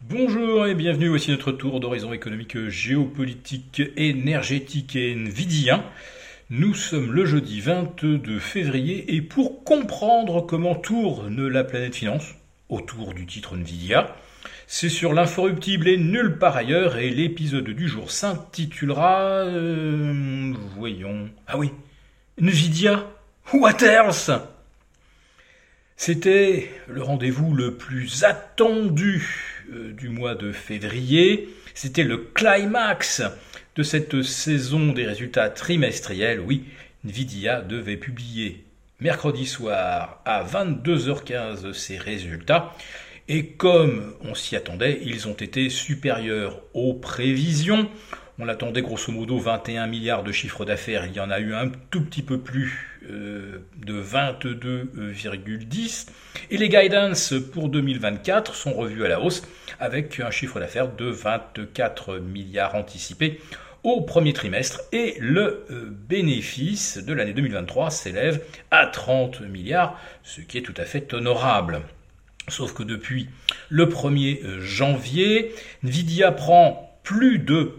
Bonjour et bienvenue, voici notre tour d'horizon économique, géopolitique, énergétique et nvidien. Nous sommes le jeudi 22 février et pour comprendre comment tourne la planète finance, autour du titre Nvidia, c'est sur l'inforruptible et nulle part ailleurs et l'épisode du jour s'intitulera... voyons... Ah oui, Nvidia, what else? C'était le rendez-vous le plus attendu du mois de février. C'était le climax de cette saison des résultats trimestriels. Oui, Nvidia devait publier mercredi soir à 22h15 ses résultats. Et comme on s'y attendait, ils ont été supérieurs aux prévisions. On attendait grosso modo 21 milliards de chiffre d'affaires, il y en a eu un tout petit peu plus de 22,10. Et les guidance pour 2024 sont revus à la hausse avec un chiffre d'affaires de 24 milliards anticipés au premier trimestre. Et le bénéfice de l'année 2023 s'élève à 30 milliards, ce qui est tout à fait honorable. Sauf que depuis le 1er janvier, Nvidia prend plus de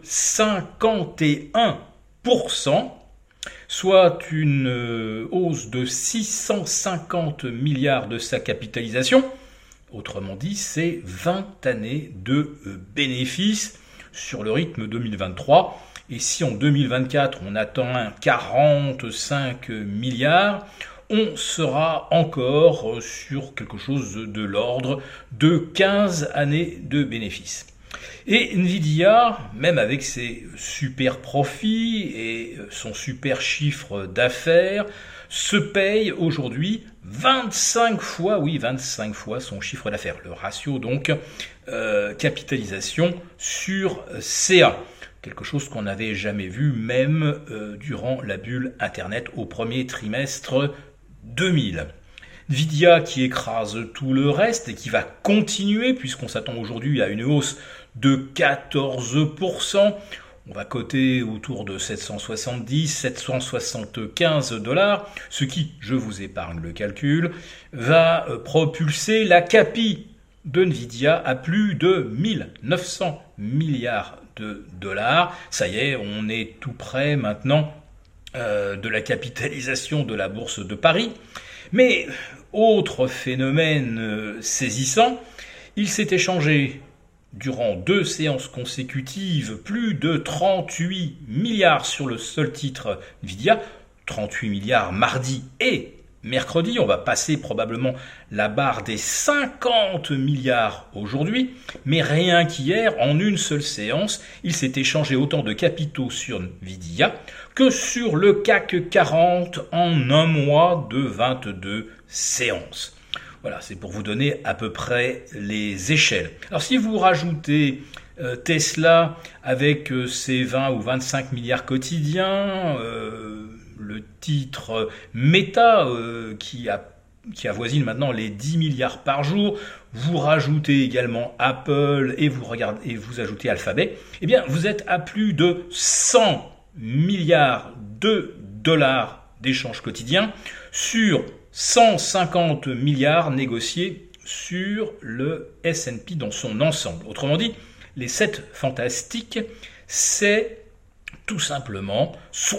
51%, soit une hausse de 650 milliards de sa capitalisation. Autrement dit, c'est 20 années de bénéfices sur le rythme 2023. Et si en 2024, on attend 45 milliards, on sera encore sur quelque chose de l'ordre de 15 années de bénéfices. Et Nvidia, même avec ses super profits et son super chiffre d'affaires, se paye aujourd'hui 25 fois son chiffre d'affaires. Le ratio donc capitalisation sur CA. Quelque chose qu'on n'avait jamais vu même durant la bulle Internet au premier trimestre 2000. Nvidia qui écrase tout le reste et qui va continuer puisqu'on s'attend aujourd'hui à une hausse de 14%. On va coter autour de 770-775 $, ce qui, je vous épargne le calcul, va propulser la capi de Nvidia à plus de 1900 milliards de dollars. Ça y est, on est tout près maintenant de la capitalisation de la bourse de Paris. Mais autre phénomène saisissant, il s'est échangé durant 2 séances consécutives plus de 38 milliards sur le seul titre Nvidia, 38 milliards mardi et mercredi, on va passer probablement la barre des 50 milliards aujourd'hui, mais rien qu'hier, en une seule séance, il s'est échangé autant de capitaux sur Nvidia que sur le CAC 40 en un mois de 22 séances. Voilà, c'est pour vous donner à peu près les échelles. Alors si vous rajoutez Tesla avec ses 20 ou 25 milliards quotidiens, le titre Meta qui avoisine maintenant les 10 milliards par jour, vous rajoutez également Apple et vous ajoutez Alphabet, eh bien vous êtes à plus de 100 milliards de dollars d'échanges quotidiens sur 150 milliards négociés sur le S&P dans son ensemble. Autrement dit, les 7 fantastiques, c'est tout simplement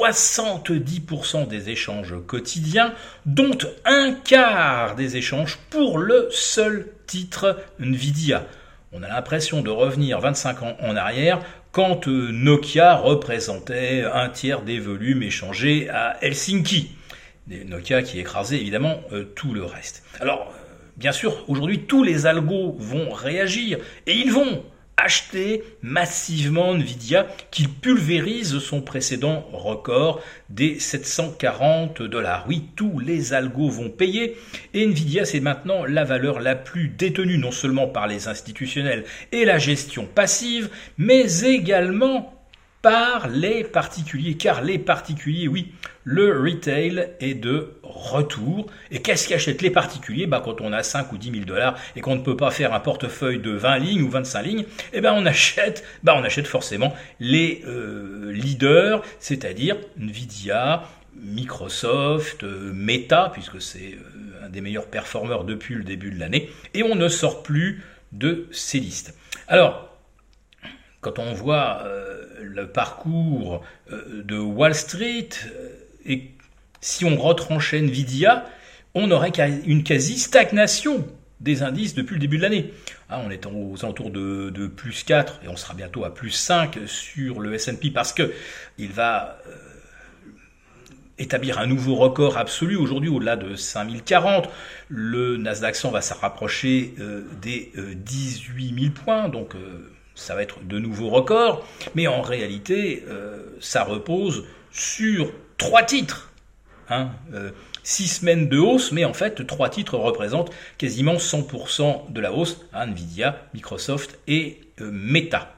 70% des échanges quotidiens, dont un quart des échanges pour le seul titre Nvidia. On a l'impression de revenir 25 ans en arrière quand Nokia représentait un tiers des volumes échangés à Helsinki. Nokia qui écrasait évidemment tout le reste. Alors, bien sûr, aujourd'hui, tous les algos vont réagir et ils vont acheter massivement Nvidia qui pulvérise son précédent record des 740 $. Oui, tous les algos vont payer et Nvidia, c'est maintenant la valeur la plus détenue non seulement par les institutionnels et la gestion passive, mais également par les particuliers, car les particuliers, oui, le retail est de retour. Et qu'est-ce qu'achètent les particuliers? Quand on a 5 ou 10 000 $ et qu'on ne peut pas faire un portefeuille de 20 lignes ou 25 lignes, on achète forcément les leaders, c'est-à-dire Nvidia, Microsoft, Meta, puisque c'est un des meilleurs performeurs depuis le début de l'année, et on ne sort plus de ces listes. Alors, quand on voit le parcours de Wall Street, et si on retranchait Nvidia, on aurait une quasi-stagnation des indices depuis le début de l'année. On est aux alentours de plus 4 et on sera bientôt à plus 5 sur le S&P parce que il va établir un nouveau record absolu aujourd'hui au-delà de 5040. Le Nasdaq 100 va se rapprocher des 18 000 points, donc ça va être de nouveaux records. Mais en réalité, ça repose sur 3 titres. 6 semaines de hausse, mais en fait, 3 titres représentent quasiment 100% de la hausse. Nvidia, Microsoft et Meta.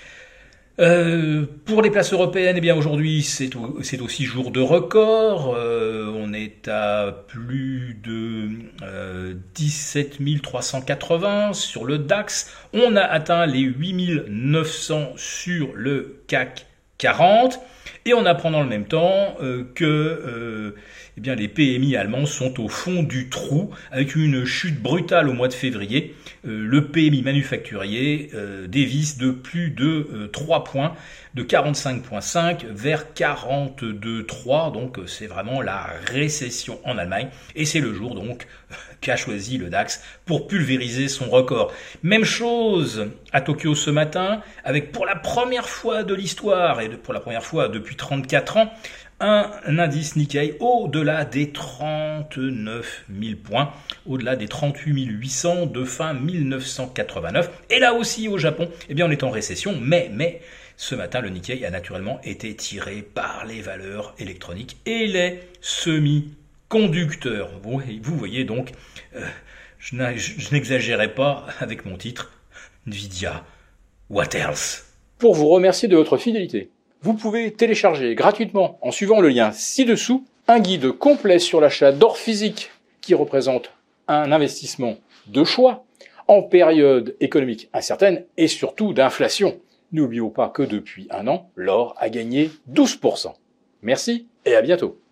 Pour les places européennes, eh bien aujourd'hui c'est aussi jour de record. On est à plus de 17 380 sur le DAX. On a atteint les 8 900 sur le CAC 40. Et on apprend dans le même temps que eh bien, les PMI allemands sont au fond du trou, avec une chute brutale au mois de février. Le PMI manufacturier dévisse de plus de 3 points, de 45,5 vers 42,3. Donc c'est vraiment la récession en Allemagne. Et c'est le jour donc qu'a choisi le DAX pour pulvériser son record. Même chose à Tokyo ce matin, avec pour la première fois de l'histoire, et pour la première fois depuis 34 ans, un indice Nikkei au-delà des 39 000 points, au-delà des 38 800 de fin 1989. Et là aussi au Japon, eh bien on est en récession, mais ce matin le Nikkei a naturellement été tiré par les valeurs électroniques et les semi-conducteurs. Vous voyez donc, je n'exagérais pas avec mon titre, Nvidia, what else? Pour vous remercier de votre fidélité, vous pouvez télécharger gratuitement, en suivant le lien ci-dessous, un guide complet sur l'achat d'or physique qui représente un investissement de choix en période économique incertaine et surtout d'inflation. N'oublions pas que depuis un an, l'or a gagné 12%. Merci et à bientôt.